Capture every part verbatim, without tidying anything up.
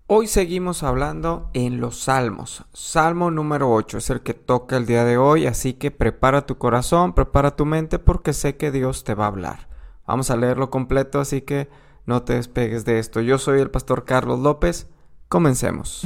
Hoy seguimos hablando en los Salmos. Salmo número ocho es el que toca el día de hoy, así que prepara tu corazón, prepara tu mente porque sé que Dios te va a hablar. Vamos a leerlo completo, así que no te despegues de esto. Yo soy el pastor Carlos López. Comencemos.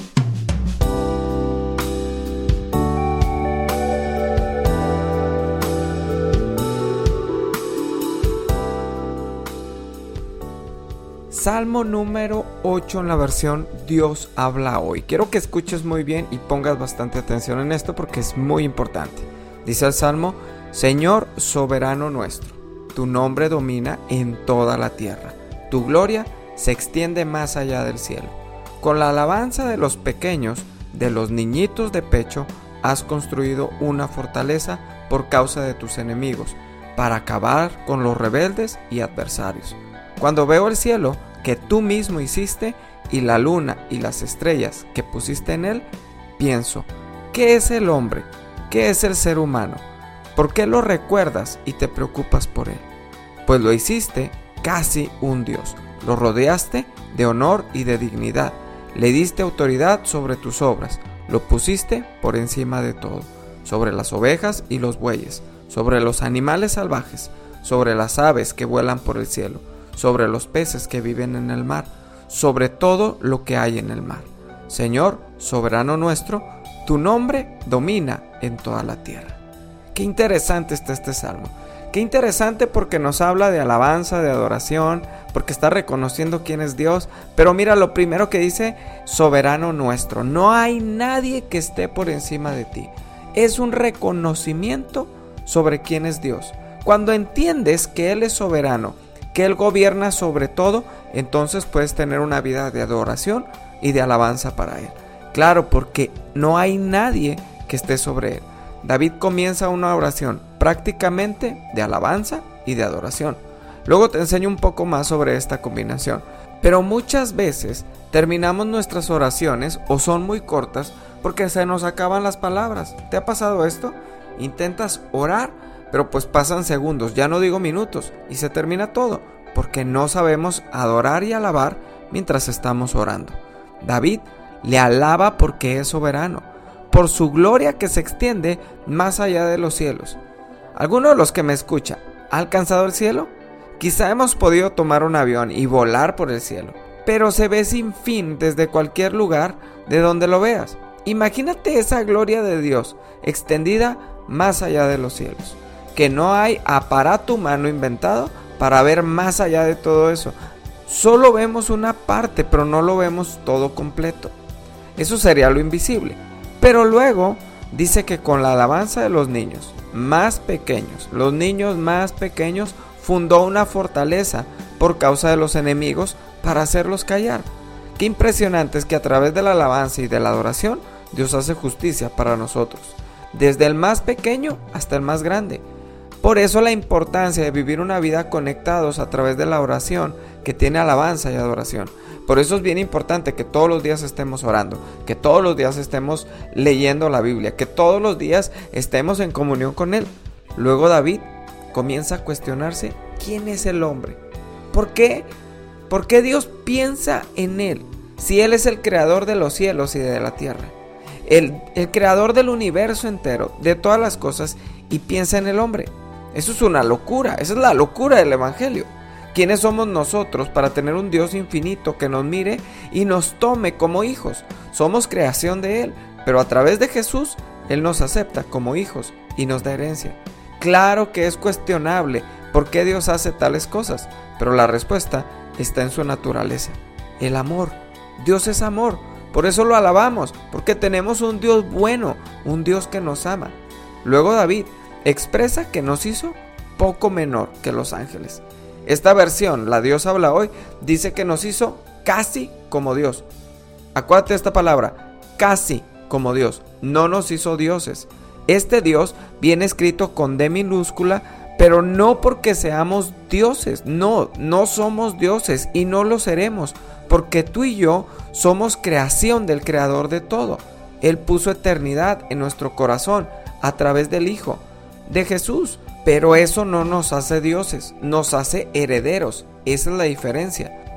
Salmo número ocho en la versión Dios habla hoy. Quiero que escuches muy bien y pongas bastante atención en esto porque es muy importante. Dice el Salmo: Señor soberano nuestro, tu nombre domina en toda la tierra. Tu gloria se extiende más allá del cielo. Con la alabanza de los pequeños, de los niñitos de pecho, has construido una fortaleza por causa de tus enemigos, para acabar con los rebeldes y adversarios. Cuando veo el cielo que tú mismo hiciste y la luna y las estrellas que pusiste en él, pienso: ¿qué es el hombre? ¿Qué es el ser humano? ¿Por qué lo recuerdas y te preocupas por él? Pues lo hiciste casi un dios, lo rodeaste de honor y de dignidad, le diste autoridad sobre tus obras, lo pusiste por encima de todo, sobre las ovejas y los bueyes, sobre los animales salvajes, sobre las aves que vuelan por el cielo, sobre los peces que viven en el mar, sobre todo lo que hay en el mar. Señor, soberano nuestro, tu nombre domina en toda la tierra. Qué interesante está este salmo. Qué interesante porque nos habla de alabanza, de adoración, porque está reconociendo quién es Dios. Pero mira, lo primero que dice: soberano nuestro. No hay nadie que esté por encima de ti. Es un reconocimiento sobre quién es Dios. Cuando entiendes que Él es soberano, que Él gobierna sobre todo, entonces puedes tener una vida de adoración y de alabanza para Él. Claro, porque no hay nadie que esté sobre Él. David comienza una oración prácticamente de alabanza y de adoración. Luego te enseño un poco más sobre esta combinación. Pero muchas veces terminamos nuestras oraciones o son muy cortas porque se nos acaban las palabras. ¿Te ha pasado esto? Intentas orar, pero pues pasan segundos, ya no digo minutos, y se termina todo, porque no sabemos adorar y alabar mientras estamos orando. David le alaba porque es soberano, por su gloria que se extiende más allá de los cielos. ¿Alguno de los que me escucha ha alcanzado el cielo? Quizá hemos podido tomar un avión y volar por el cielo, pero se ve sin fin desde cualquier lugar de donde lo veas. Imagínate esa gloria de Dios extendida más allá de los cielos, que no hay aparato humano inventado para ver más allá de todo eso. Solo vemos una parte, pero no lo vemos todo completo. Eso sería lo invisible. Pero luego dice que con la alabanza de los niños más pequeños, los niños más pequeños, fundó una fortaleza por causa de los enemigos para hacerlos callar. Qué impresionante es que a través de la alabanza y de la adoración, Dios hace justicia para nosotros, desde el más pequeño hasta el más grande. Por eso la importancia de vivir una vida conectados a través de la oración que tiene alabanza y adoración. Por eso es bien importante que todos los días estemos orando, que todos los días estemos leyendo la Biblia, que todos los días estemos en comunión con Él. Luego David comienza a cuestionarse: ¿quién es el hombre? ¿Por qué? ¿Por qué Dios piensa en él si Él es el creador de los cielos y de la tierra? El, el creador del universo entero, de todas las cosas, y piensa en el hombre. Eso es una locura, esa es la locura del evangelio. ¿Quiénes somos nosotros para tener un Dios infinito que nos mire y nos tome como hijos? Somos creación de Él, pero a través de Jesús, Él nos acepta como hijos y nos da herencia. Claro que es cuestionable por qué Dios hace tales cosas, pero la respuesta está en su naturaleza: el amor. Dios es amor, por eso lo alabamos, porque tenemos un Dios bueno, un Dios que nos ama. Luego David expresa que nos hizo poco menor que los ángeles. Esta versión, la Dios habla hoy, dice que nos hizo casi como Dios. Acuérdate de esta palabra: casi como Dios. No nos hizo dioses. Este Dios viene escrito con D minúscula, pero no porque seamos dioses. No, no somos dioses y no lo seremos, porque tú y yo somos creación del Creador de todo. Él puso eternidad en nuestro corazón a través del Hijo, de Jesús. Pero eso no nos hace dioses, nos hace herederos. Esa es la diferencia.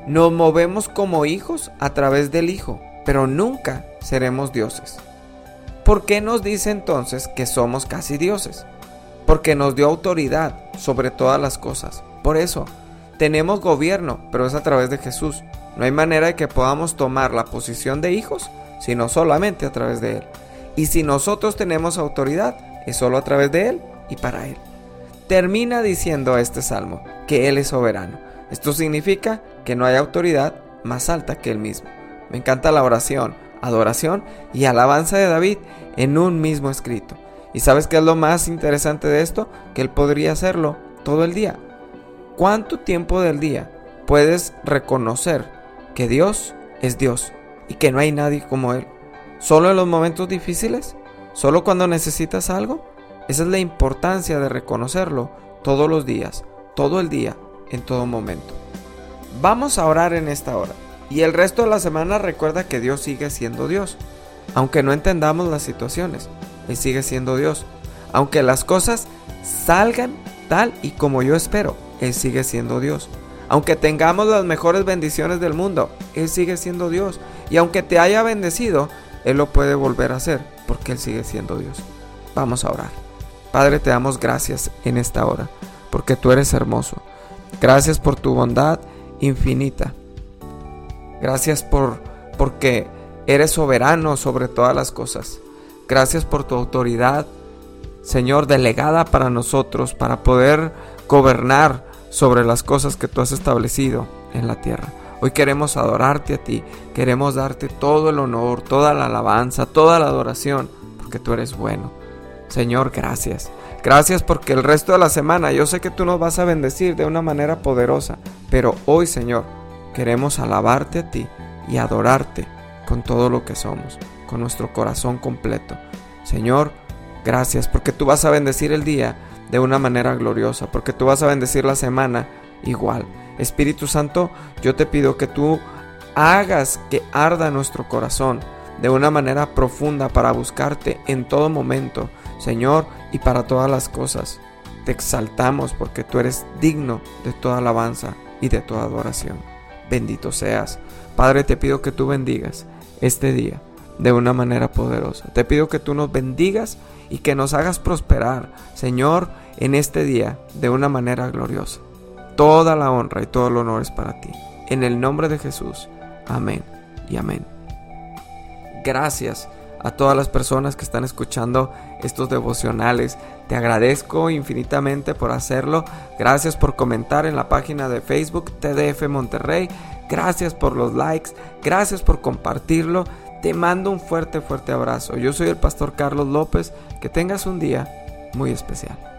Nos movemos como hijos a través del Hijo, pero nunca seremos dioses. ¿Por qué nos dice entonces que somos casi dioses? Porque nos dio autoridad sobre todas las cosas. Por eso, tenemos gobierno, pero es a través de Jesús. No hay manera de que podamos tomar la posición de hijos, sino solamente a través de Él. Y si nosotros tenemos autoridad, es solo a través de Él y para Él. Termina diciendo este salmo que Él es soberano. Esto significa que no hay autoridad más alta que Él mismo. Me encanta la oración, adoración y alabanza de David en un mismo escrito. ¿Y sabes qué es lo más interesante de esto? Que él podría hacerlo todo el día. ¿Cuánto tiempo del día puedes reconocer que Dios es Dios y que no hay nadie como Él? ¿Solo en los momentos difíciles? ¿Solo cuando necesitas algo? Esa es la importancia de reconocerlo todos los días, todo el día, en todo momento. Vamos a orar en esta hora. Y el resto de la semana recuerda que Dios sigue siendo Dios. Aunque no entendamos las situaciones, Él sigue siendo Dios. Aunque las cosas salgan tal y como yo espero, Él sigue siendo Dios. Aunque tengamos las mejores bendiciones del mundo, Él sigue siendo Dios. Y aunque te haya bendecido, Él lo puede volver a hacer, porque Él sigue siendo Dios. Vamos a orar. Padre, te damos gracias en esta hora, porque tú eres hermoso. Gracias por tu bondad infinita. Gracias por porque eres soberano sobre todas las cosas. Gracias por tu autoridad, Señor, delegada para nosotros, para poder gobernar sobre las cosas que tú has establecido en la tierra. Hoy queremos adorarte a ti, queremos darte todo el honor, toda la alabanza, toda la adoración, porque tú eres bueno. Señor, gracias. Gracias porque el resto de la semana yo sé que tú nos vas a bendecir de una manera poderosa, pero hoy, Señor, queremos alabarte a ti y adorarte con todo lo que somos, con nuestro corazón completo. Señor, gracias porque tú vas a bendecir el día de una manera gloriosa, porque tú vas a bendecir la semana igual. Espíritu Santo, yo te pido que tú hagas que arda nuestro corazón de una manera profunda para buscarte en todo momento, Señor, y para todas las cosas. Te exaltamos porque tú eres digno de toda alabanza y de toda adoración. Bendito seas. Padre, te pido que tú bendigas este día de una manera poderosa. Te pido que tú nos bendigas y que nos hagas prosperar, Señor, en este día de una manera gloriosa. Toda la honra y todo el honor es para ti. En el nombre de Jesús. Amén y amén. Gracias a todas las personas que están escuchando estos devocionales. Te agradezco infinitamente por hacerlo. Gracias por comentar en la página de Facebook T D F Monterrey. Gracias por los likes. Gracias por compartirlo. Te mando un fuerte, fuerte abrazo. Yo soy el pastor Carlos López. Que tengas un día muy especial.